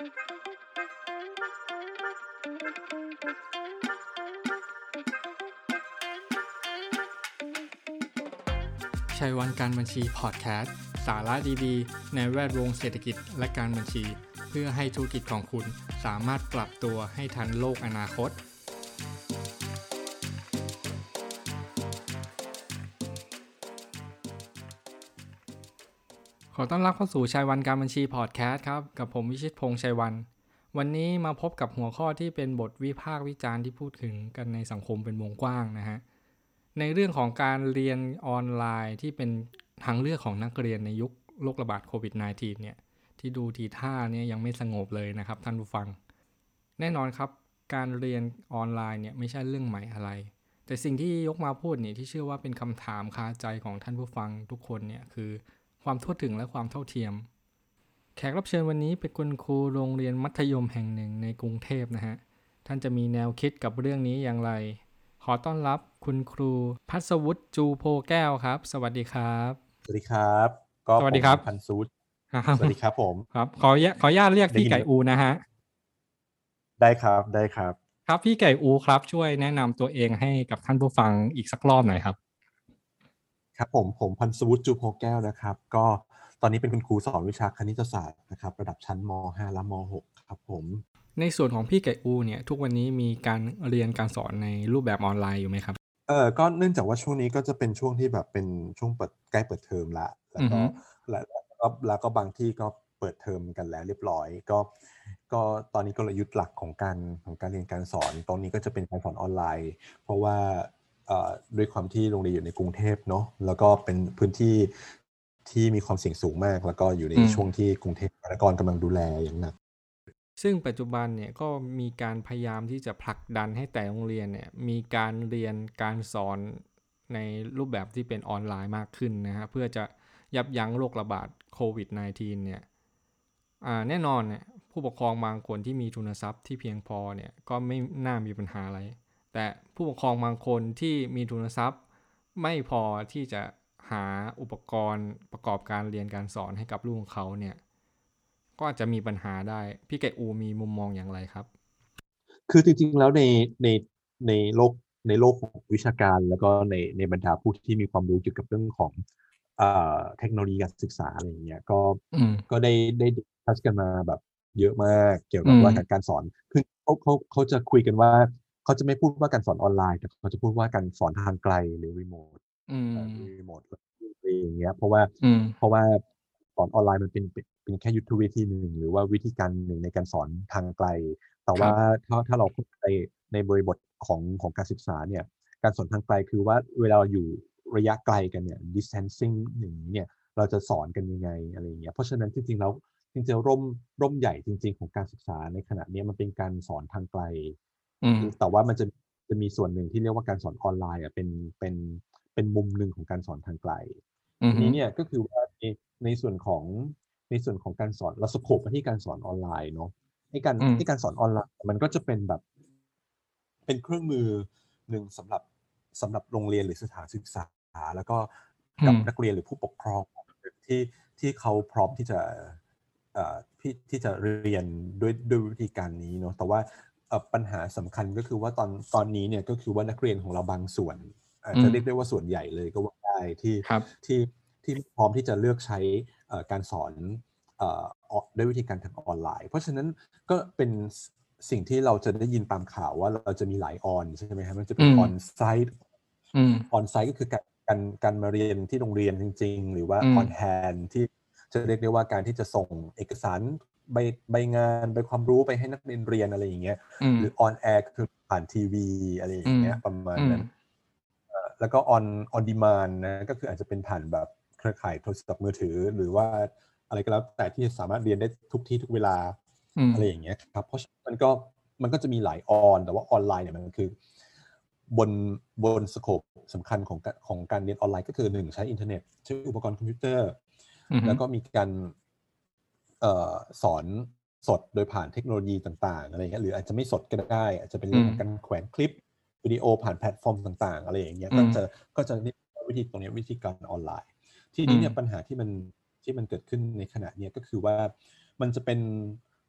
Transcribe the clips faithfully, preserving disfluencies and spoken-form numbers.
ชัยวัฒน์การบัญชีพอดแคสต์สาระดีๆในแวดวงเศรษฐกิจและการบัญชีเพื่อให้ธุรกิจของคุณสามารถปรับตัวให้ทันโลกอนาคตขอต้อนรับเข้าสู่ชัยวัฒน์การบัญชีพอดแคสต์ครับกับผมวิชิตพงษ์ชัยวัฒน์วันนี้มาพบกับหัวข้อที่เป็นบทวิพากษ์วิจารณ์ที่พูดถึงกันในสังคมเป็นวงกว้างนะฮะในเรื่องของการเรียนออนไลน์ที่เป็นทางเลือกของนักเรียนในยุคโรคระบาดโควิด สิบเก้า เนี่ยที่ดูทีท่าเนี่ยยังไม่สงบเลยนะครับท่านผู้ฟังแน่นอนครับการเรียนออนไลน์เนี่ยไม่ใช่เรื่องใหม่อะไรแต่สิ่งที่ยกมาพูดเนี่ยที่เชื่อว่าเป็นคำถามคาใจของท่านผู้ฟังทุกคนเนี่ยคือความทั่วถึงและความเท่าเทียมแขกรับเชิญวันนี้เป็นคุณครูโรงเรียนมัธยมแห่งหนึ่งในกรุงเทพนะฮะท่านจะมีแนวคิดกับเรื่องนี้อย่างไรขอต้อนรับคุณครูภัสวุฒิจูโพแก้วครับสวัสดีครับสวัสดีครับก็สวัสดีครับพันซูดสวัสดีครับผมครับขอขออนุญาตเรียกพี่ไก่อูนะฮะได้ครับได้ครับครับพี่ไก่อูครับช่วยแนะนำตัวเองให้กับท่านผู้ฟังอีกสักรอบหน่อยครับครับผมผมพันซูดจูโพแก้วนะครับก็ตอนนี้เป็นคุณครูสอนวิชาคณิตศาสตร์นะครับระดับชั้นม.ห้า และม.หก ครับผมในส่วนของพี่ไก่อูเนี่ยทุกวันนี้มีการเรียนการสอนในรูปแบบออนไลน์อยู่ไหมครับเออก็เนื่องจากว่าช่วงนี้ก็จะเป็นช่วงที่แบบเป็นช่วงเปิดใกล้เปิดเทอมละแล้วก็แล้วก็แล้วก็บางที่ก็เปิดเทอมกันแล้วเรียบร้อยก็ก็ตอนนี้กลยุทธ์หลักของการของการเรียนการสอนตอนนี้ก็จะเป็นการสอนออนไลน์เพราะว่าด้วยความที่โรงเรียนอยู่ในกรุงเทพเนาะแล้วก็เป็นพื้นที่ที่มีความเสี่ยงสูงมากแล้วก็อยู่ในช่วงที่กรุงเทพมหานครกำลังดูแลอย่างหนักซึ่งปัจจุบันเนี่ยก็มีการพยายามที่จะผลักดันให้แต่โรงเรียนเนี่ยมีการเรียนการสอนในรูปแบบที่เป็นออนไลน์มากขึ้นนะฮะเพื่อจะยับยั้งโรคระบาดโควิด สิบเก้า เนี่ยอ่าแน่นอนเนี่ยผู้ปกครองบางคนที่มีทุนทรัพย์ที่เพียงพอเนี่ยก็ไม่น่ามีปัญหาอะไรแต่ผู้ปกครองบางคนที่มีทุนทรัพย์ไม่พอที่จะหาอุปกรณ์ประกอบการเรียนการสอนให้กับลูกของเขาเนี่ยก็อาจจะมีปัญหาได้พี่ไก่อูมีมุมมองอย่างไรครับคือจริงๆแล้วในในในโลกในโลกของวิชาการแล้วก็ในในบรรดาผู้ที่มีความรู้เกี่ยวกับเรื่องของเอ่อเทคโนโลยีการศึกษาอะไรอย่างเงี้ยก็ก็ได้ได้ดิสคัสกันมาแบบเยอะมากเกี่ยวกับว่าการสอนคือเขาเขาเขาจะคุยกันว่าเขาจะไม่พูดว่าการสอนออนไลน์แต่เขาจะพูดว่าการสอนทางไกลหรือรีโมทรีโมทอะไรอย่างเงี้ยเพราะว่าเพราะว่าสอนออนไลน์มันเป็นเป็นแค่ยุทธวิธีหนึ่งหรือว่าวิธีการหนึ่งในการสอนทางไกลแต่ว่าถ้าถ้าเราเข้าใจในบริบทของของการศึกษาเนี่ยการสอนทางไกลคือว่าเวลาเราอยู่ระยะไกลกันเนี่ย distancing อย่างนี้เนี่ยเราจะสอนกันยังไงอะไรอย่างเงี้ยเพราะฉะนั้นจริงๆแล้วจริงๆร่มร่มใหญ่จริงๆของการศึกษาในขณะนี้มันเป็นการสอนทางไกลแต่ว่ามันจะจะมีส่วนหนึ่งที่เรียกว่าการสอนออนไลน์อ่ะเป็นเป็นเป็นมุมหนึ่งของการสอนทางไกลทีนี้เนี่ยก็คือว่าในในส่วนของในส่วนของการสอนเราสโคปไปที่การสอนออนไลน์เนาะให้การให้การสอนออนไลน์มันก็จะเป็นแบบเป็นเครื่องมือหนึ่งสำหรับสำหรับโรงเรียนหรือสถานศึกษาแล้วก็กับนักเรียนหรือผู้ปกครองที่ที่เขาพร้อมที่จะเอ่อที่ที่จะเรียนด้วยด้วยวิธีการนี้เนาะแต่ว่าปัญหาสำคัญก็คือว่าตอนตอนนี้เนี่ยก็คือว่านักเรียนของเราบางส่วนอาจจะเรียกได้ว่าส่วนใหญ่เลยก็ว่าได้ที่ที่ที่พร้อมที่จะเลือกใช้การสอนด้วยวิธีการทางออนไลน์เพราะฉะนั้นก็เป็นสิ่งที่เราจะได้ยินตามข่าวว่าเราจะมีหลายออนใช่ไหมครับมันจะเป็นออนไซต์ออนไซต์ก็คือการการการมาเรียนที่โรงเรียนจริงๆหรือว่าออนแฮนด์ที่จะเรียกได้ว่าการที่จะส่งเอกสารใบใบงานใบความรู้ไปให้นักเรียนเรียนอะไรอย่างเงี้ยหรือออนแอร์คือผ่านทีวีอะไรอย่างเงี้ยประมาณนั้นแล้วก็ออนออนดีมานด์นะก็คืออาจจะเป็นผ่านแบบเครือข่ายโทรศัพท์มือถือหรือว่าอะไรก็แล้วแต่ที่สามารถเรียนได้ทุกที่ทุกเวลาอะไรอย่างเงี้ยครับเพราะมันก็มันก็จะมีหลายออนแต่ว่าออนไลน์เนี่ยมันคือบนบนสโคปสำคัญของของการเรียนออนไลน์ก็คือหนึ่งใช้อินเทอร์เน็ตใช้อุปกรณ์คอมพิวเตอร์แล้วก็มีการเอ่อสอนสดโดยผ่านเทคโนโลยีต่างๆอะไรเงี้ยหรืออาจจะไม่สดก็ได้อาจจะเป็นเรื่องของการแขวนคลิปวิดีโอผ่านแพลตฟอร์มต่างๆอะไรอย่างเงี้ยก็จะก็จะวิธีตรงนี้วิธีการออนไลน์ทีนี้เนี่ยปัญหาที่มันที่มันเกิดขึ้นในขณะนี้ก็คือว่ามันจะเป็นมัน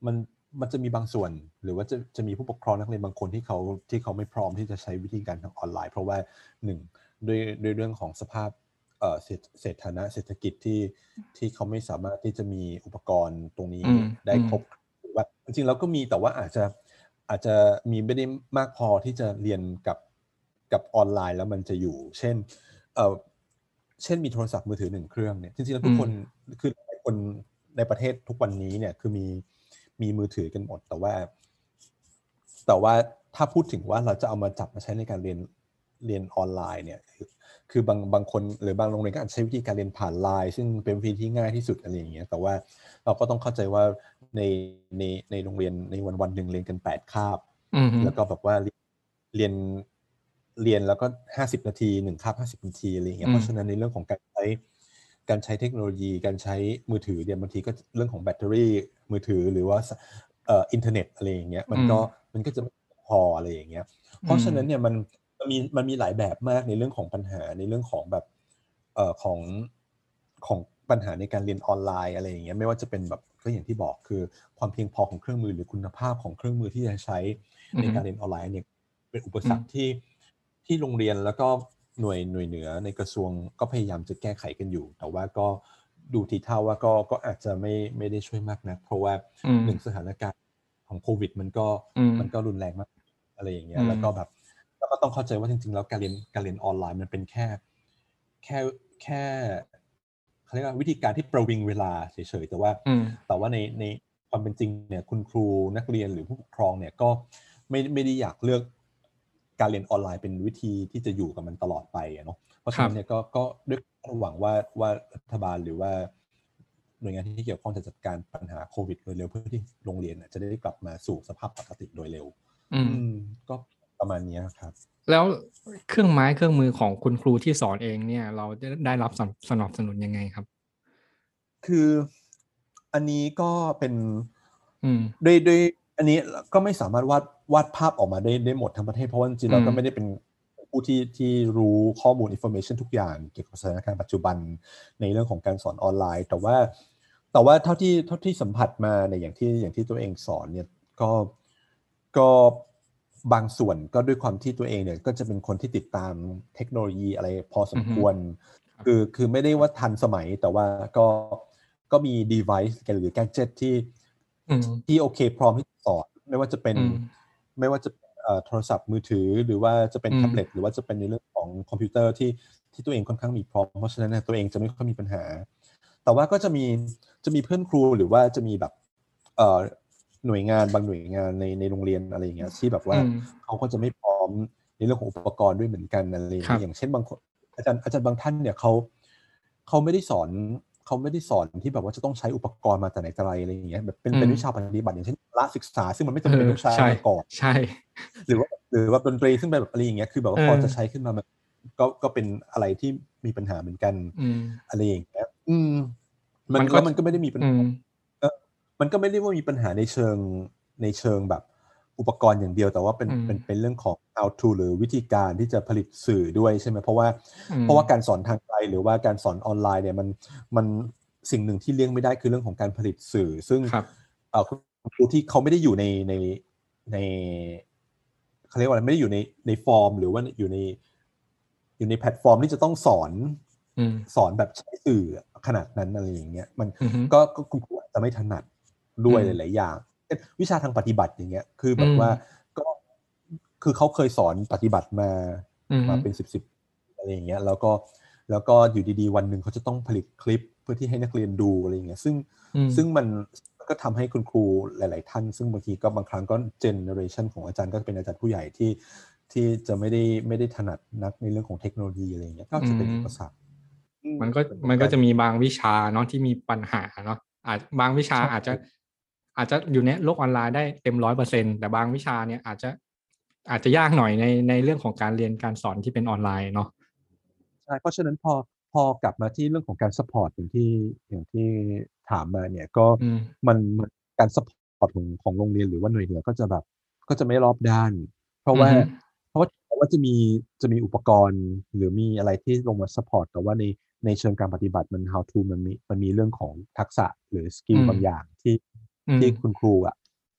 มันจะมีบางส่วนหรือว่าจะจะมีผู้ปกครองนักเรียนบางคนที่เขาที่เขาไม่พร้อมที่จะใช้วิธีการทางออนไลน์เพราะว่าหนึ่งด้วยด้วยเรื่องของสภาพเอ่อเศรษฐเศรษฐานะเศรษฐกิจที่ที่เขาไม่สามารถที่จะมีอุปกรณ์ตรงนี้ได้ครบหรือว่าจริงๆแล้วก็มีแต่ว่าอาจจะอาจจะมีไม่ได้มากพอที่จะเรียนกับกับออนไลน์แล้วมันจะอยู่เช่นเอ่อเช่นมีโทรศัพท์มือถือหนึ่งเครื่องเนี่ยจริงๆแล้วทุกคนคือหลายคนในประเทศทุกวันนี้เนี่ยคือมีมีมือถือกันหมดแต่ว่าแต่ว่าถ้าพูดถึงว่าเราจะเอามาจับมาใช้ในการเรียนเรียนออนไลน์เนี่ยคือบางบางคนหรือบางโรงเรียนก็อาจใช้วิธีการเรียนผ่านไลน์ซึ่งเป็นวิธีที่ง่ายที่สุดอะไรอย่างเงี้ยแต่ว่าเราก็ต้องเข้าใจว่าในในในโรงเรียนในวันวันหนึ่งเรียนกันแปดคาบแล้วก็แบบว่าเรียนเรียนแล้วก็ห้าสิบนาทีหนึ่งคาบห้าสิบนาทีอะไรอย่างเงี้ยเพราะฉะนั้นในเรื่องของการใช้การใช้เทคโนโลยีการใช้มือถือเนี่ยบางทีก็เรื่องของแบตเตอรี่มือถือหรือว่าเอ่ออินเทอร์เน็ตอะไรอย่างเงี้ยมันก็มันก็จะไม่พออะไรอย่างเงี้ยเพราะฉะนั้นเนี่ยมันมันมีมันมีหลายแบบมากในเรื่องของปัญหาในเรื่องของแบบเอ่อของของปัญหาในการเรียนออนไลน์อะไรอย่างเงี้ยไม่ว่าจะเป็นแบบก็อย่างที่บอกคือความเพียงพอของเครื่องมือหรือคุณภาพของเครื่องมือที่จะใช้ในการเรียนออนไลน์เนี่ยเป็นอุปสรรคที่ที่โรงเรียนแล้วก็หน่วยหน่วยเหนือในกระทรวงก็พยายามจะแก้ไขกันอยู่แต่ว่าก็ดูทีท่าว่าก็ก็อาจจะไม่ไม่ได้ช่วยมากนักเพราะว่าหนึ่งสถานการณ์ของโควิดมันก็มันก็รุนแรงมากอะไรอย่างเงี้ยแล้วก็แบบแล้วก็ต้องเข้าใจว่าจริงๆแล้วการเรียนการเรียนออนไลน์มันเป็นแค่แค่แค่เขาเรียกว่าวิธีการที่ประวิงเวลาเฉยๆแต่ว่าแต่ว่าในในความเป็นจริงเนี่ยคุณครูนักเรียนหรือผู้ปกครองเนี่ยก็ไม่ไม่ได้อยากเลือกการเรียนออนไลน์เป็นวิธีที่จะอยู่กับมันตลอดไปเนาะเพราะฉะนั้นเนี่ยก็ก็ด้วยหวังว่าว่ารัฐบาลหรือว่าหน่วยงานที่เกี่ยวข้องจะจัดการปัญหาโควิดโดยเร็วเพื่อที่โรงเรียนจะได้กลับมาสู่สภาพปกติโดยเร็วอืมก็ประมาณนี้ครับแล้วเครื่องไม้เครื่องมือของคุณครูที่สอนเองเนี่ยเราได้รับสนับสนุนยังไงครับคืออันนี้ก็เป็นด้วยด้วยอันนี้ก็ไม่สามารถวาดวาดภาพออกมาได้ได้หมดทั้งประเทศเพราะว่าจริงๆเราก็ไม่ได้เป็นผู้ที่ที่รู้ข้อมูล information ทุกอย่างเกี่ยวกับสถานการณ์ปัจจุบันในเรื่องของการสอนออนไลน์แต่ว่าแต่ว่าเท่าที่เท่าที่สัมผัสมาในอย่างที่อย่างที่ตัวเองสอนเนี่ยก็ก็บางส่วนก็ด้วยความที่ตัวเองเนี่ยก็จะเป็นคนที่ติดตามเทคโนโลยีอะไรพอสมควรคือคือไม่ได้ว่าทันสมัยแต่ว่าก็ก็มี device หรือ gadget ที่ที่โอเคพร้อมที่จะสอนไม่ว่าจะเป็นไม่ว่าจะโทรศัพท์มือถือหรือว่าจะเป็นแท็บเล็ตหรือว่าจะเป็นในเรื่องของคอมพิวเตอร์ที่ที่ตัวเองค่อนข้างมีพร้อมเพราะฉะนั้นตัวเองจะไม่ค่อยมีปัญหาแต่ว่าก็จะมีจะมีเพื่อนครูหรือว่าจะมีแบบหน่วยงานบางหน่วยงานในในโรงเรียนอะไรอย่างเงี้ยที่แบบว่าเขาก็จะไม่พร้อมในเรื่องของอุปกรณ์ด้วยเหมือนกันอะไรอย่างเงี้ยอย่างเช่นบางคนอาจารย์อาจารย์บางท่านเนี่ยเขาเขาไม่ได้สอนเขาไม่ได้สอนที่แบบว่าจะต้องใช้อุปกรณ์มาแต่ไหนแต่ไรอะไรอย่างเงี้ยแบบเป็นเป็นวิชาปฏิบัติอย่างเช่นละศึกษาซึ่งมันไม่จำเป็นต้องใช้มาก่อนใช่หรือว่าหรือว่าดนตรีซึ่งเป็นแบบอะไรอย่างเงี้ยคือแบบว่าพอจะใช้ขึ้นมามันก็ก็เป็นอะไรที่มีปัญหาเหมือนกันอะไรอย่างเงี้ยอืมมันแล้วมันก็ไม่ได้มีปัญหาเออมันก็ไม่ได้ว่ามีปัญหาในเชิงในเชิงแบบอุปกรณ์อย่างเดียวแต่ว่าเป็นเป็นเป็นเรื่องของ how to หรือวิธีการที่จะผลิตสื่อด้วยใช่ไหมเพราะว่าเพราะว่าการสอนทางไกลหรือว่าการสอนออนไลน์เนี่ยมันมันสิ่งหนึ่งที่เลี่ยงไม่ได้คือเรื่องของการผลิตสื่อซึ่งเอ่อครูที่เขาไม่ได้อยู่ในในในเขาเรียกว่าอะไรไม่ได้อยู่ในในฟอร์มหรือว่าอยู่ในอยู่ในแพลตฟอร์มที่จะต้องสอนสอนแบบใช้สื่อขนาดนั้นอะไรอย่างเงี้ยมันก็คุณครูอาจจะไม่ถนัดด้วยหลายๆอย่างวิชาทางปฏิบัติอย่างเงี้ยคือแบบว่าก็คือเขาเคยสอนปฏิบัติมามาเป็นสิบสิบอะไรอย่างเงี้ยแล้วก็แล้วก็อยู่ดีๆวันหนึ่งเขาจะต้องผลิตคลิปเพื่อที่ให้นักเรียนดูอะไรอย่างเงี้ยซึ่งซึ่งมันก็ทำให้คุณครูหลายๆท่านซึ่งบางทีก็บางครั้งก็เจเนอเรชันของอาจารย์ก็เป็นอาจารย์ผู้ใหญ่ที่ที่จะไม่ได้ไม่ได้ถนัดนักในเรื่องของเทคโนโลยีอะไรอย่างเงี้ยก็จะเป็นอุปสรรคมันก็มันก็จะมีบางวิชาเนาะที่มีปัญหาเนาะอาจบางวิชาอาจจะอาจจะอยู่ในโลกออนไลน์ได้เต็มร้อยเปอร์เซ็นต์แต่บางวิชาเนี่ยอาจจะอาจจะยากหน่อยในในเรื่องของการเรียนการสอนที่เป็นออนไลน์เนาะใช่เพราะฉะนั้นพอพอกลับมาที่เรื่องของการซัพพอร์ตอย่างที่อย่างที่ถามมาเนี่ยก็มันการซัพพอร์ตของของโรงเรียนหรือว่าหน่วยเหนือก็จะแบบก็จะไม่รอบด้านเพราะว่าเพราะว่าว่าจะมีจะมีอุปกรณ์หรือมีอะไรที่ลงมาซัพพอร์ตแต่ว่าในในเชิงการปฏิบัติมัน how to มันมีมันมีเรื่องของทักษะหรือสกิลบางอย่างที่ที่คุณครูอ่ะ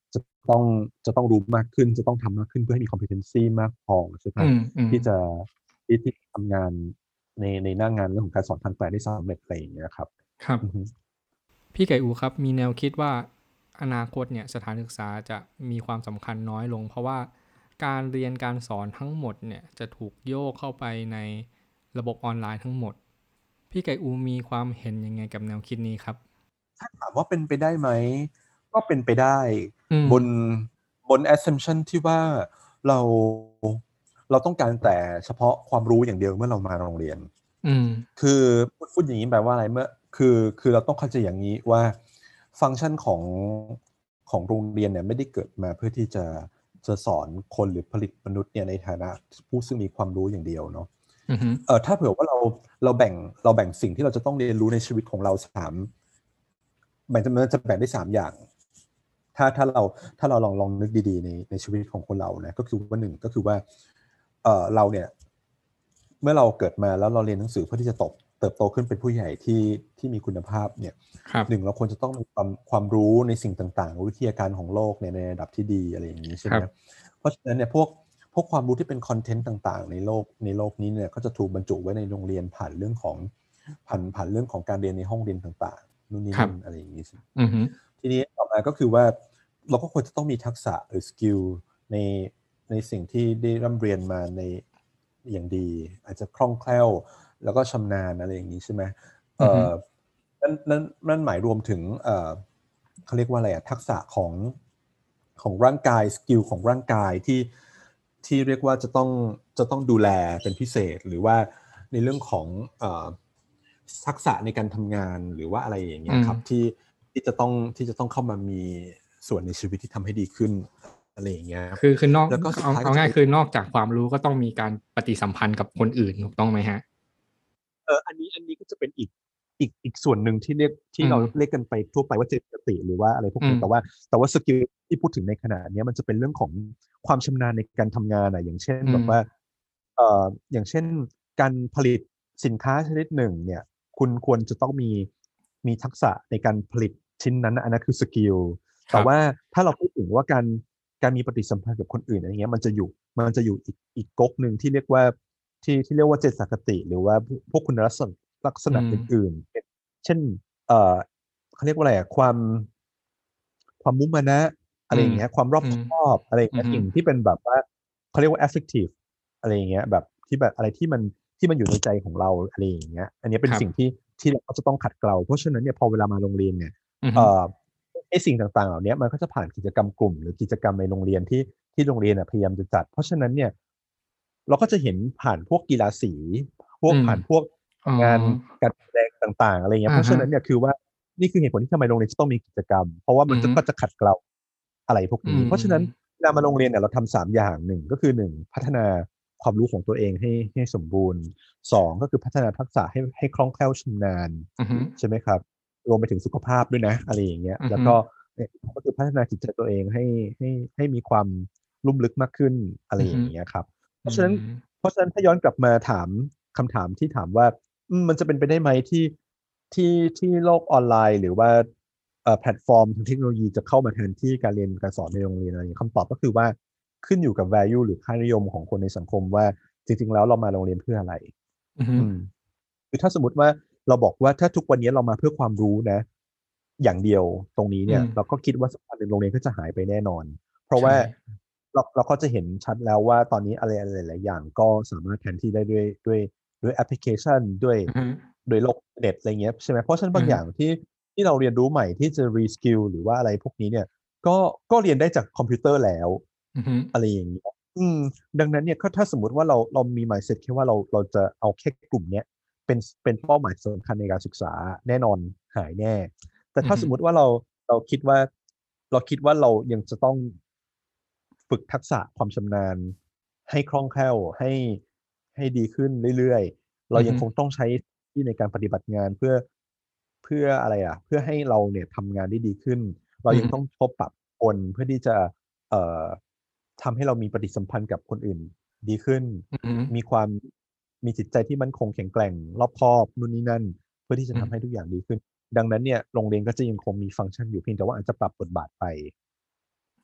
ต้องจะต้องรู้มากขึ้นจะต้องทำมากขึ้นเพื่อให้มี competency มากพอใช่ไหมที่จะที่ที่ทำงานในในหน้างานเรื่องของการสอนทางไกลได้สำเร็จอะไรอย่างเงี้ยครับครับพี่ไก่อูครับมีแนวคิดว่าอนาคตเนี่ยสถานศึกษาจะมีความสำคัญน้อยลงเพราะว่าการเรียนการสอนทั้งหมดเนี่ยจะถูกโยกเข้าไปในระบบออนไลน์ทั้งหมดพี่ไก่อูมีความเห็นยังไงกับแนวคิดนี้ครับถ้าถามว่าเป็นไปได้ไหมก็เป็นไปได้บนบน assumption ที่ว่าเราเราต้องการแต่เฉพาะความรู้อย่างเดียวเมื่อเรามาโรงเรียนคือพูดอย่างนี้แปลว่าอะไรเมื่อคือคือเราต้องเข้าใจอย่างนี้ว่าฟังก์ชันของของโรงเรียนเนี่ยไม่ได้เกิดมาเพื่อที่จะจะสอนคนหรือผลิตมนุษย์เนี่ยในฐานะผู้ซึ่งมีความรู้อย่างเดียวเนาะเออถ้าเผื่อว่าเราเราแบ่งเราแบ่งสิ่งที่เราจะต้องเรียนรู้ในชีวิตของเราสามแบ่งมันจะแบ่งได้สามอย่างถ้าถ้าเราถ้าเราลองลองนึกดีๆในในชีวิตของคนเรานะก็คือว่าหนึ่งก็คือว่าเออเราเนี่ยเมื่อเราเกิดมาแล้วเราเรียนหนังสือเพื่อที่จะโตเติบโตขึ้นเป็นผู้ใหญ่ที่ที่มีคุณภาพเนี่ยหนึ่งเราควรจะต้องมีความความรู้ในสิ่งต่างๆวิทยาการของโลกในในระดับที่ดีอะไรอย่างนี้ใช่ไหมเพราะฉะนั้นเนี่ยพวกพวกความรู้ที่เป็นคอนเทนต์ต่างๆในโลกในโลกนี้เนี่ยก็จะถูกบรรจุไว้ในโรงเรียนผ่านเรื่องของผ่านผ่านเรื่องของการเรียนในห้องเรียนต่างๆนู่นนี่นั่นอะไรอย่างนี้ทีนี้ต่อมาก็คือว่าเราก็ควรจะต้องมีทักษะหรือสกิลในในสิ่งที่ได้ร่ำเรียนมาในอย่างดีอาจจะคล่องแคล่วแล้วก็ชำนาญอะไรอย่างนี้ใช่ไหมเอ่อนั่นนั่นนั่นหมายรวมถึงเอ่อเขาเรียกว่าอะไรอะทักษะของของร่างกายสกิลของร่างกายที่ที่เรียกว่าจะต้องจะต้องดูแลเป็นพิเศษหรือว่าในเรื่องของเอ่อทักษะในการทำงานหรือว่าอะไรอย่างเงี้ยครับที่ที่จะต้องที่จะต้องเข้ามามีส่วนในชีวิตที่ทำให้ดีขึ้นอะไรอย่างเงี้ยคือคือนอกแล้วก็เอาเอาง่ายคือนอกจากความรู้ก็ต้องมีการปฏิสัมพันธ์กับคนอื่นถูกต้องไหมฮะเอออันนี้อันนี้ก็จะเป็นอีกอีกอีกส่วนหนึ่งที่เรียกที่เราเรียกกันไปทั่วไปว่าเจตสติหรือว่าอะไรพวกนี้แต่ว่าแต่ว่าสกิลที่พูดถึงในขณะนี้มันจะเป็นเรื่องของความชำนาญในการทำงานอ่ะอย่างเช่นแบบว่าเอ่ออย่างเช่นการผลิตสินค้าชนิดหนึ่งเนี่ยคุณควรจะต้องมีมีทักษะในการผลิตชิ้นนั้นอันนั้นคือสกิลแต่ว่าถ้าเราพูดถึงว่าการการมีปฏิสัมพันธ์กับคนอื่นอะไรเงี้ยมันจะอยู่มันจะอยู่อีกอีกก๊กหนึ่งที่เรียกว่าที่ที่เรียกว่าเจตสคติหรือว่าพวกคุณลักษณะลักษณะอื่นๆเช่นเอ่อเขาเรียกว่าอะไรอะความความมุมานะอะไรอย่างเงี้ยความรอบคอบอะไรอย่างเงี้ยสิ่งที่เป็นแบบว่าเขาเรียกว่า affective อะไรอย่างเงี้ยแบบที่แบบอะไรที่มันที่มันอยู่ในใจของเราอะไรอย่างเงี้ยอันนี้เป็นสิ่งที่ที่เราก็จะต้องขัดเกลาเพราะฉะนั้นเนี่ยพอเวลามาโรงเรียนเนี่ยเอ่อไอ้สิ่งต่างๆเหล่านี้มันก็จะผ่านกิจกรรมกลุ่มหรือกิจกรรมในโรงเรียนที่ที่โรงเรียนพยายามจะจัดเพราะฉะนั้นเนี่ยเราก็จะเห็นผ่านพวกกีฬาสีพวกผ่านพวกงานการแสดงต่างๆอะไรเงี้ยเพราะฉะนั้นเนี่ยคือว่านี่คือเหตุผลที่ทำไมโรงเรียนจะต้องมีกิจกรรมเพราะว่ามันก็จะขัดเกลาอะไรพวกนี้เพราะฉะนั้นเวลามาโรงเรียนเนี่ยเราทำสามอย่างหนึ่งก็คือหนึ่งพัฒนาความรู้ของตัวเองให้ให้สมบูรณ์สองก็คือพัฒนาทักษะให้ให้คล่องแคล่วชำนาญใช่ไหมครับรวมไปถึงสุขภาพด้วยนะอะไรอย่างเงี้ยแล้วก็ก็คือพัฒนาจิตใจตัวเองให้ให้ให้มีความลุ่มลึกมากขึ้นอะไรอย่างเงี้ยครับเพราะฉะนั้นเพราะฉะนั้นถ้าย้อนกลับมาถามคำถามที่ถามว่ามันจะเป็นไปได้ไหมที่ที่ที่โลกออนไลน์หรือว่าแพลตฟอร์มทางเทคโนโลยีจะเข้ามาแทนที่การเรียนการสอนในโรงเรียนอะไรอย่างคำตอบก็คือว่าขึ้นอยู่กับ value หรือค่านิยมของคนในสังคมว่าจริงๆแล้วเรามาโรงเรียนเพื่ออะไรอืมคือถ้าสมมติว่าเราบอกว่าถ้าทุกวันนี้เรามาเพื่อความรู้นะอย่างเดียวตรงนี้เนี่ยเราก็คิดว่าสักวันหนึ่งโรงเรียนก็จะหายไปแน่นอนเพราะว่าเราเราก็จะเห็นชัดแล้วว่าตอนนี้อะไรอะไรหลายอย่างก็สามารถแทนที่ได้ด้วยด้วยด้วยแอปพลิเคชันด้วยด้วยโลกเน็ตอะไรเงี้ยใช่ไหมเพราะฉะนั้นบางอย่างที่ที่เราเรียนรู้ใหม่ที่จะรีสกิลหรือว่าอะไรพวกนี้เนี่ยก็ก็เรียนได้จากคอมพิวเตอร์แล้วอะไรอย่างเงี้ยอืมดังนั้นเนี่ยถ้าสมมติว่าเราเรามี mindset แค่ว่าเราเราจะเอาแค่กลุ่มเนี้ยเป็นเป็นเป้าหมายสำคัญในการศึกษาแน่นอนหายแน่แต่ถ้าสมมติว่าเราเราคิดว่าเราคิดว่าเรายังจะต้องฝึกทักษะความชำนาญให้คล่องแคล่วให้ให้ดีขึ้นเรื่อยๆเรายังคงต้องใช้ที่ในการปฏิบัติงานเพื่อเพื่ออะไรอ่ะเพื่อให้เราเนี่ยทำงานได้ดีขึ้นเรายังต้องพบปะคนเพื่อที่จะเอ่อทำให้เรามีปฏิสัมพันธ์กับคนอื่นดีขึ้นมีความมีจิตใจที่มั่นคงแข็งแกร่งรอบคอบนู่นนี่นั่นเพื่อที่จะทำให้ทุกอย่างดีขึ้นดังนั้นเนี่ยโรงเรียนก็จะยังคงมีฟังก์ชันอยู่เพียงแต่ว่าอาจจะปรับบทบาทไป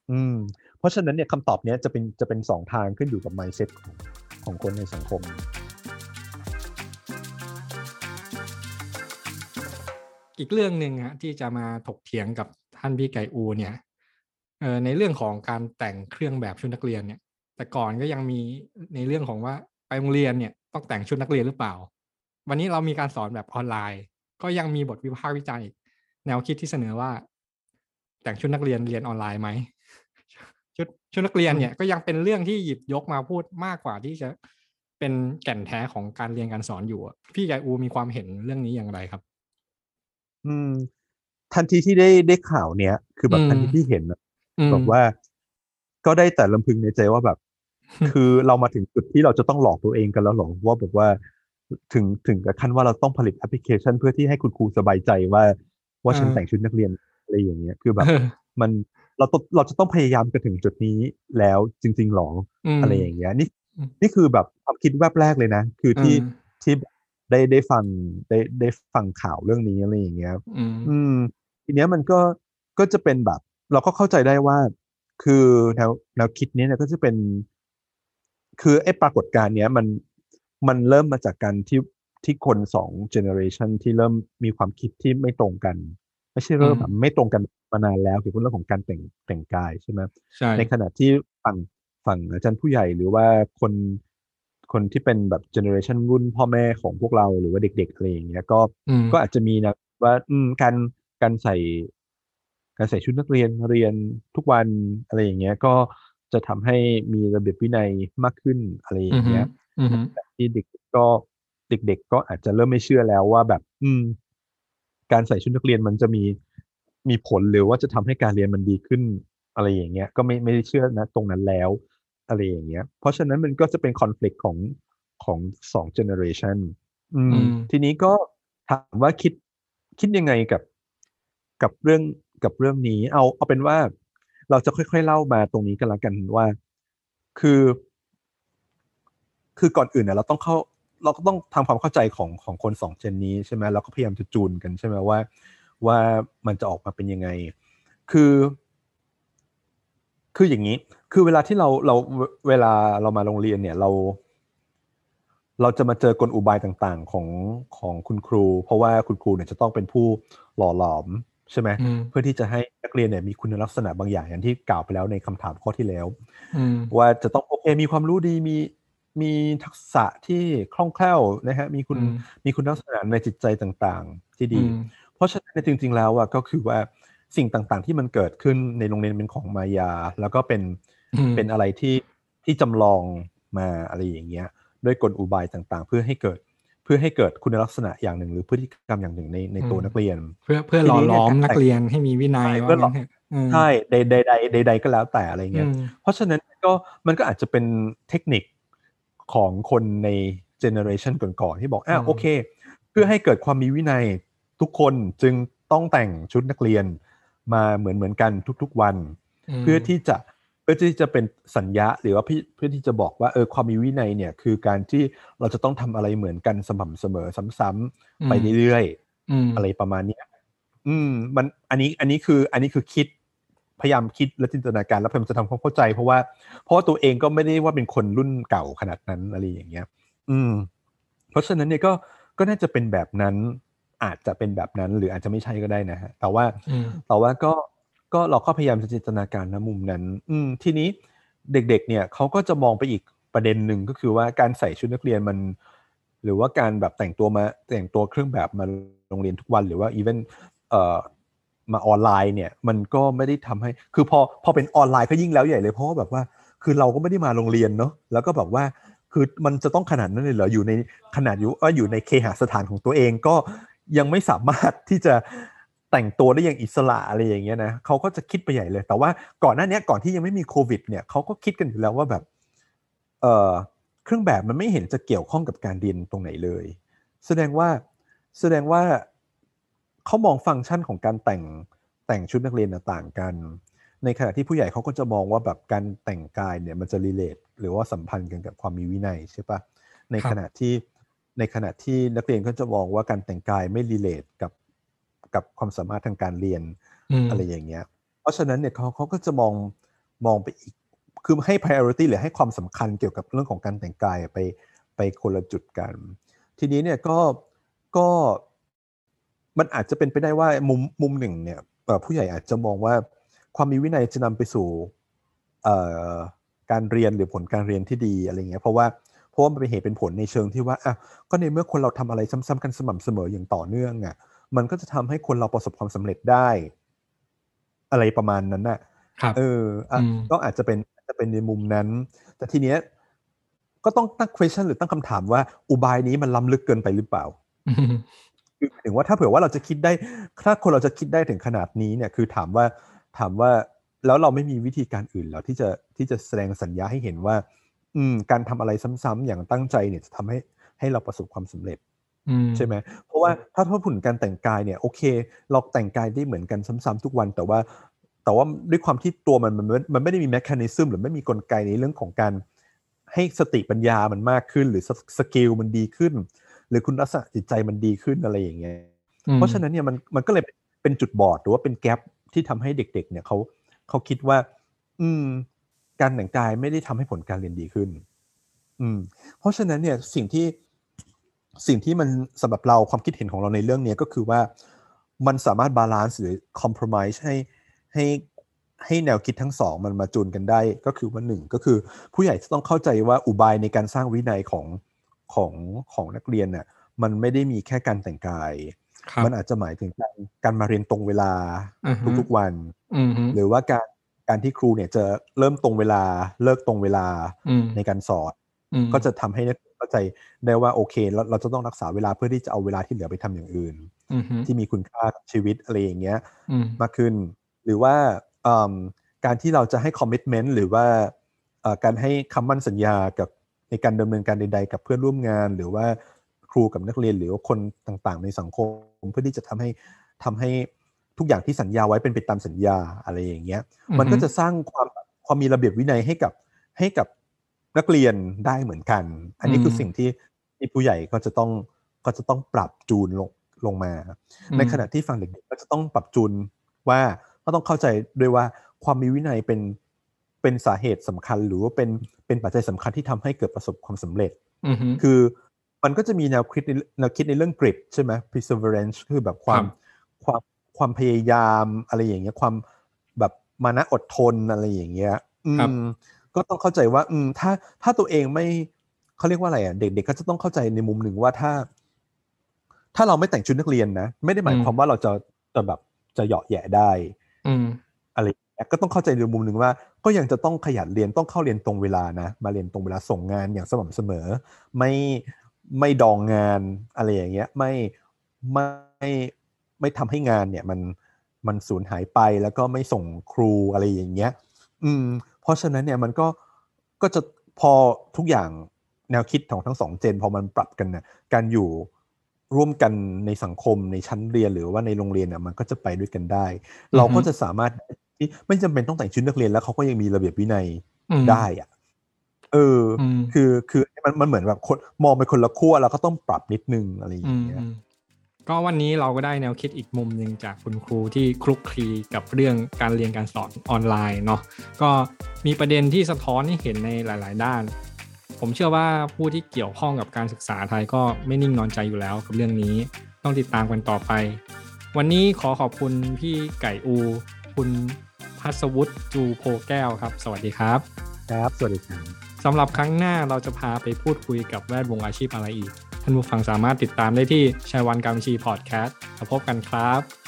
อืมเพราะฉะนั้นเนี่ยคำตอบเนี้ยจะเป็นจะเป็นสองทางขึ้นอยู่กับ mindset ของของคนในสังคมอีกเรื่องหนึ่งอะที่จะมาถกเถียงกับท่านพี่ไก่อูเนี่ยเอ่อในเรื่องของการแต่งเครื่องแบบชุดนักเรียนเนี่ยแต่ก่อนก็ยังมีในเรื่องของว่าไปโรงเรียนเนี่ยต้องแต่งชุดนักเรียนหรือเปล่าวันนี้เรามีการสอนแบบออนไลน์ก็ยังมีบทวิพากษ์วิจารณ์อีกแนวคิดที่เสนอว่าแต่งชุดนักเรียนเรียนออนไลน์ไหมชุดชุดนักเรียนอืมเนี่ยก็ยังเป็นเรื่องที่หยิบยกมาพูดมากกว่าที่จะเป็นแก่นแท้ของการเรียนการสอนอยู่อะพี่ไก่อูมีความเห็นเรื่องนี้อย่างไรครับอืมทันทีที่ได้ได้ข่าวเนี้ยคืออืแบบทัมนทีที่เห็นอะอืมแบบว่าก็ได้แต่ลำพึงในใจว่าแบบคือเรามาถึงจุดที่เราจะต้องหลอกตัวเองกันแล้วหรอว่าแบบว่าถึงถึงกับขั้นว่าเราต้องผลิตแอปพลิเคชันเพื่อที่ให้คุณครูสบายใจว่าเอว่าฉันแต่งอชุดนักเรียนอะไรอย่างเงี้ยคือเอแบบอมันเราต้องเราจะต้องพยายามกันถึงจุดนี้แล้วจริงๆหรออืมอะไรอย่างเงี้ยนี่อืมนี่คือแบบความคิดแวบแรกเลยนะคือเออที่ที่ได้ได้ฟังได้ได้ฟังข่าวเรื่องนี้อะไรอย่างเงี้ยอืมอืม ทีเนี้ยมันก็ก็จะเป็นแบบเราก็เข้าใจได้ว่าคือแนวแนวคิดนี้เนี่ยก็จะเป็นคือไอ้ปรากฏการณ์เนี้ยมันมันเริ่มมาจากการที่ที่คนสองเจเนอเรชันที่เริ่มมีความคิดที่ไม่ตรงกันไม่ใช่อืมเริ่มแบบไม่ตรงกันมานานแล้วเกี่ยวกับเรื่องของการแต่งแต่งกายใช่ไหมใช่ในขณะที่ฝั่งฝั่งอาจารย์ผู้ใหญ่หรือว่าคนคนที่เป็นแบบเจเนอเรชันรุ่นพ่อแม่ของพวกเราหรือว่าเด็กๆอะไรอย่างเงี้ยก็อืมก็อาจจะมีนะว่าอืมการ การใส่การใส่ชุดนักเรียนมาเรียนทุกวันอะไรอย่างเงี้ยก็จะทำให้มีระเบียบวินัยมากขึ้นอะไรออือฮึย่างเงี้ยอือฮึแต่ที่เด็กก็เด็กๆก็อาจจะเริ่มไม่เชื่อแล้วว่าแบบอืมการใส่ชุดนักเรียนมันจะมีมีผลหรือว่าจะทำให้การเรียนมันดีขึ้นอะไรอย่างเงี้ยก็ไม่ไม่ได้เชื่อนะตรงนั้นแล้วอะไรอย่างเงี้ยเพราะฉะนั้นมันก็จะเป็นคอนฟ lict ของของสองเจเนอเรชัน อืมอืมทีนี้ก็ถามว่าคิดคิดยังไงกับกับเรื่องกับเรื่องนี้เอาเอาเป็นว่าเราจะค่อยๆเล่ามาตรงนี้กันแล้วกันว่าคือคือก่อนอื่นเนี่ยเราต้องเข้าเราก็ต้องทำความเข้าใจของของคนสองเจนนี้ใช่ไหมเราก็พยายามจะจูนกันใช่ไหมว่าว่ามันจะออกมาเป็นยังไงคือคืออย่างนี้คือเวลาที่เราเราเวลาเรามาโรงเรียนเนี่ยเรา เราจะมาเจอกลอุบายต่างๆของของคุณครูเพราะว่าคุณครูเนี่ยจะต้องเป็นผู้หล่อหลอมใช่ไหมอืมเพื่อที่จะให้นักเรียนเนี่ยมีคุณลักษณะบางอย่างอย่างที่กล่าวไปแล้วในคำถามข้อที่แล้วอืมว่าจะต้องโอเคมีความรู้ดีมีมีทักษะที่คล่องแคล่วนะฮะมีคุณอืมมีคุณลักษณะในจิตใจต่างๆที่ดีอืมเพราะฉะนั้นเนี่ยจริงๆแล้วอ่ะก็คือว่าสิ่งต่างๆที่มันเกิดขึ้นในโรงเรียนเป็นของมายาแล้วก็เป็นอืมเป็นอะไรที่ที่จำลองมาอะไรอย่างเงี้ย ด้วยกลอุบายต่างๆเพื่อให้เกิดเพื่อให้เกิดคุณลักษณะอย่างหนึ่งหรือพฤติกรรมอย่างหนึ่งในในอืมตัวนักเรียนเพื่อเพื่อหทีนี้ล่อหลอเนี่ยการแต่งมนักเรียนให้มีวินัยใช่เพื่อหลอกว่างั้นเถอะเออใช่ใดใดใดใดใดก็แล้วแต่อะไรเงี้ยอืมเพราะฉะนั้นก็มันก็อาจจะเป็นเทคนิคของคนในเจเนอเรชันก่อนๆที่บอกอือ่ะมโอเคเพื่อให้เกิดความมีวินัยทุกคนจึงต้องแต่งชุดนักเรียนมาเหมือนเหมือนกันทุกๆวันอืมเพื่อที่จะ เพื่อที่จะเป็นสัญญาหรือว่าพี่เพื่อที่จะบอกว่าเออความมีวินัยเนี่ยคือการที่เราจะต้องทำอะไรเหมือนกันสม่ำเสมอซ้ำๆไปอืมเรื่อยอืมๆอะไรประมาณเนี้ยอืมมันอันนี้อันนี้คืออันนี้คือคิดพยายามคิดและจินตนาการแล้วพยายามจะทำความเข้าใจเพราะว่าเพราะว่าตัวเองก็ไม่ได้ว่าเป็นคนรุ่นเก่าขนาดนั้นอะไรอย่างเงี้ยอืมเพราะฉะนั้นเนี่ยก็ก็น่าจะเป็นแบบนั้นอาจจะเป็นแบบนั้นหรืออาจจะไม่ใช่ก็ได้นะฮะแต่ว่าอืมแต่ว่าก็ ก็เราก็พยายามจะจินตนาการณมุมนั้นอืมทีนี้เด็กๆเนี่ยเขาก็จะมองไปอีกประเด็นหนึ่งก็คือว่าการใส่ชุดนักเรียนมันหรือว่าการแบบแต่งตัวมาแต่งตัวเครื่องแบบมาโรงเรียนทุกวันหรือว่าอีเวนเอ่อมาออนไลน์เนี่ยมันก็ไม่ได้ทำให้คือพอพอเป็นออนไลน์ก็ยิ่งแล้วใหญ่เลยเพราะว่าแบบว่าคือเราก็ไม่ได้มาโรงเรียนเนาะแล้วก็แบบว่าคือมันจะต้องขนาดนั้นเลยเหรออยู่ในขนาดอยู่ว่าอยู่ในเคหสถานของตัวเองก็ยังไม่สามารถที่จะ แต่งตัวได้อย่างอิสระอะไรอย่างเงี้ยนะเขาก็จะคิดไปใหญ่เลยแต่ว่าก่อนหน้านี้ก่อนที่ยังไม่มีโควิดเนี่ยเขาก็คิดกันอยู่แล้วว่าแบบเออเครื่องแบบมันไม่เห็นจะเกี่ยวข้องกับการเรียนตรงไหนเลยแสดงว่าแสดงว่าเขามองฟังก์ชันของการแต่งแต่งชุดนักเรียนต่างกันในขณะที่ผู้ใหญ่เขาก็จะมองว่าแบบการแต่งกายเนี่ยมันจะรีเลทหรือว่าสัมพันธ์กันกับความมีวินัยใช่ปะในครับขณะที่ในขณะที่นักเรียนก็จะมองว่าการแต่งกายไม่รีเลทกับ กับความสามารถทางการเรียนอืมอะไรอย่างเงี้ยเพราะฉะนั้นเนี่ยเขาเขาก็จะมองมองไปอีกคือให้ priority หรือให้ความสำคัญเกี่ยวกับเรื่องของการแต่งกายไปไปคนละจุดกันทีนี้เนี่ยก็ก็มันอาจจะเป็นไปได้ว่ามุมมุมหนึ่งเนี่ยผู้ใหญ่อาจจะมองว่าความมีวินัยจะนำไปสู่การเรียนหรือผลการเรียนที่ดีอะไรเงี้ยเพราะว่าเพราะว่ามันเป็นเหตุเป็นผลในเชิงที่ว่าอ่ะก็ในเมื่อคนเราทำอะไรซ้ำๆกันสม่ำเสมออย่างต่อเนื่องอ่ะมันก็จะทำให้คนเราประสบความสำเร็จได้อะไรประมาณนั้นน่ะเอออ่ะก็อาจจะเป็นจะเป็นในมุมนั้นแต่ทีเนี้ยก็ต้องตั้ง question หรือตั้งคำถามว่าอุบายนี้มันล้ำลึกเกินไปหรือเปล่าคือถึงว่าถ้าเผื่อว่าเราจะคิดได้ถ้าคนเราจะคิดได้ถึงขนาดนี้เนี่ยคือถามว่าถามว่าแล้วเราไม่มีวิธีการอื่นแล้วที่จะที่จะแสดงสัญญาให้เห็นว่าอืมการทำอะไรซ้ำๆอย่างตั้งใจเนี่ยจะทำให้ให้เราประสบความสำเร็จใช่ไหมเพราะว่าถ้าถ้าผลการแต่งกายเนี่ยโอเคเราแต่งกายได้เหมือนกันซ้ำๆทุกวันแต่ว่าแต่ว่าด้วยความที่ตัวมันมันมันไม่ได้มีแมคานิซึมหรือไม่มีกลไกในเรื่องของการให้สติปัญญามันมากขึ้นหรือสกิลมันดีขึ้นหรือคุณลักษณะจิตใจมันดีขึ้นอะไรอย่างเงี้ยเพราะฉะนั้นเนี่ยมันมันก็เลยเป็นจุดบอดหรือว่าเป็นแกปที่ทำให้เด็กๆเนี่ยเขาเขาคิดว่าอืมการแต่งกายไม่ได้ทำให้ผลการเรียนดีขึ้นอืมเพราะฉะนั้นเนี่ยสิ่งที่สิ่งที่มันสำหรับเราความคิดเห็นของเราในเรื่องนี้ก็คือว่ามันสามารถบาลานซ์หรือคอมโพรไมซ์ให้ให้ให้แนวคิดทั้งสองมันมาจูนกันได้ก็คือว่าหนึ่งก็คือผู้ใหญ่จะต้องเข้าใจว่าอุบายในการสร้างวินัยของของของนักเรียนน่ะมันไม่ได้มีแค่การแต่งกายมันอาจจะหมายถึงการการมาเรียนตรงเวลา uh-huh. ทุกๆวัน uh-huh. หรือว่าการการที่ครูเนี่ยจะเริ่มตรงเวลาเลิกตรงเวลา uh-huh. ในการสอน uh-huh. ก็จะทำให้นักเรียนเข้าใจได้ว่าโอเคเราเราจะต้องรักษาเวลาเพื่อที่จะเอาเวลาที่เหลือไปทำอย่างอื่น uh-huh. ที่มีคุณค่ากับชีวิตอะไรอย่างเงี้ย uh-huh. มากขึ้นหรือว่าการที่เราจะให้คอมมิตเมนต์หรือว่าการให้คำมั่นสัญญากับในการดำเนินการใดๆกับเพื่อนร่วมงานหรือว่าครูกับนักเรียนหรือว่าคนต่างๆในสังคมเพื่อที่จะทำให้ทำให้ทุกอย่างที่สัญญาไว้เป็นไปตามสัญญาอะไรอย่างเงี้ย mm-hmm. มันก็จะสร้างความความมีระเบียบวินัยให้กับให้กับนักเรียนได้เหมือนกันอันนี้ mm-hmm. คือสิ่งที่ที่ผู้ใหญ่ก็จะต้องก็จะต้องปรับจูนลงลงมา mm-hmm. ในขณะที่ฝั่งเด็กๆก็จะต้องปรับจูนว่าก็ต้องเข้าใจด้วยว่าความมีวินัยเป็นเป็นสาเหตุสำคัญหรือว่าเป็นเป็นปัจจัยสำคัญที่ทำให้เกิดประสบความสำเร็จ mm-hmm. คือมันก็จะมีแนวคิดแนวคิดในเรื่อง grit ใช่ไหม perseverance คือแบบความความความพยายามอะไรอย่างเงี้ยความแบบมานะอดทนอะไรอย่างเงี้ยก็ต้องเข้าใจว่าอืมถ้าถ้าตัวเองไม่เขาเรียกว่าอะไรอ่ะเด็กๆก็จะต้องเข้าใจในมุมหนึ่งว่าถ้าถ้าเราไม่แต่งชุดนักเรียนนะไม่ได้หมายความว่าเราจะจะแบบจะเหยาะแหย่ได้อะไรก็ต้องเข้าใจในมุมหนึ่งว่าก็ยังจะต้องขยันเรียนต้องเข้าเรียนตรงเวลานะมาเรียนตรงเวลาส่งงานอย่างสม่ำเสมอไม่ไม่ดองงานอะไรอย่างเงี้ยไม่ไม่ไม่ทำให้งานเนี่ยมันมันสูญหายไปแล้วก็ไม่ส่งครูอะไรอย่างเงี้ยอืมเพราะฉะนั้นเนี่ยมันก็ก็จะพอทุกอย่างแนวคิดของทั้งสองเจนพอมันปรับกันเนี่ยการอยู่ร่วมกันในสังคมในชั้นเรียนหรือว่าในโรงเรียนเนี่ยมันก็จะไปด้วยกันได้ mm-hmm. เราก็จะสามารถที่ไม่จำเป็นต้องแต่งชุดนักเรียนแล้วเขาก็ยังมีระเบียบวินัย mm-hmm. ได้อ่ะเออ mm-hmm. คือคือมันมันเหมือนแบบคนมองไปคนละขั้วแล้วก็ต้องปรับนิดนึงอะไรอย่างเงี้ย mm-hmm. ก็วันนี้เราก็ได้แนวคิดอีกมุมนึงจากคุณครูที่คลุกคลีกับเรื่องการเรียนการสอนออนไลน์เนาะก็มีประเด็นที่สะท้อนให้เห็นในหลายๆด้านผมเชื่อว่าผู้ที่เกี่ยวข้องกับการศึกษาไทยก็ไม่นิ่งนอนใจอยู่แล้วกับเรื่องนี้ต้องติดตามกันต่อไปวันนี้ขอขอบคุณพี่ไก่อูคุณภัสวุฒิจูโพแก้วครับสวัสดีครับครับสวัสดีครับสำหรับครั้งหน้าเราจะพาไปพูดคุยกับแวดวงอาชีพอะไรอีกท่านผู้ฟังสามารถติดตามได้ที่ชัยวันการบัญชีพอดแคสต์แล้วพบกันครับ